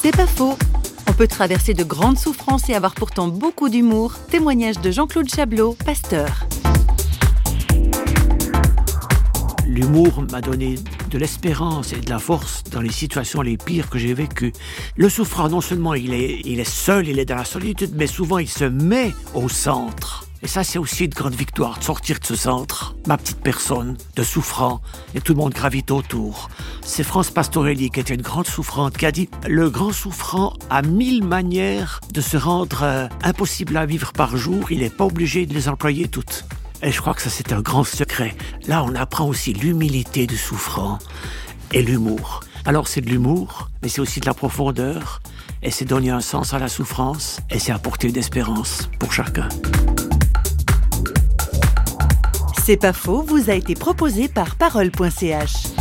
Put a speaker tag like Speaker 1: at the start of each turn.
Speaker 1: C'est pas faux. On peut traverser de grandes souffrances et avoir pourtant beaucoup d'humour. Témoignage de Jean-Claude Chablot, pasteur.
Speaker 2: L'humour m'a donné de l'espérance et de la force dans les situations les pires que j'ai vécues. Le souffrant, non seulement il est seul, il est dans la solitude, mais souvent il se met au centre. Et ça, c'est aussi une grande victoire, de sortir de ce centre. Ma petite personne, de souffrant, et tout le monde gravite autour. C'est France Pastorelli, qui était une grande souffrante, qui a dit « Le grand souffrant a 1000 manières de se rendre impossible à vivre par jour, il n'est pas obligé de les employer toutes. » Et je crois que ça, c'est un grand secret. Là, on apprend aussi l'humilité du souffrant et l'humour. Alors, c'est de l'humour, mais c'est aussi de la profondeur, et c'est donner un sens à la souffrance, et c'est apporter une espérance pour chacun.
Speaker 1: C'est pas faux vous a été proposé par Parole.ch.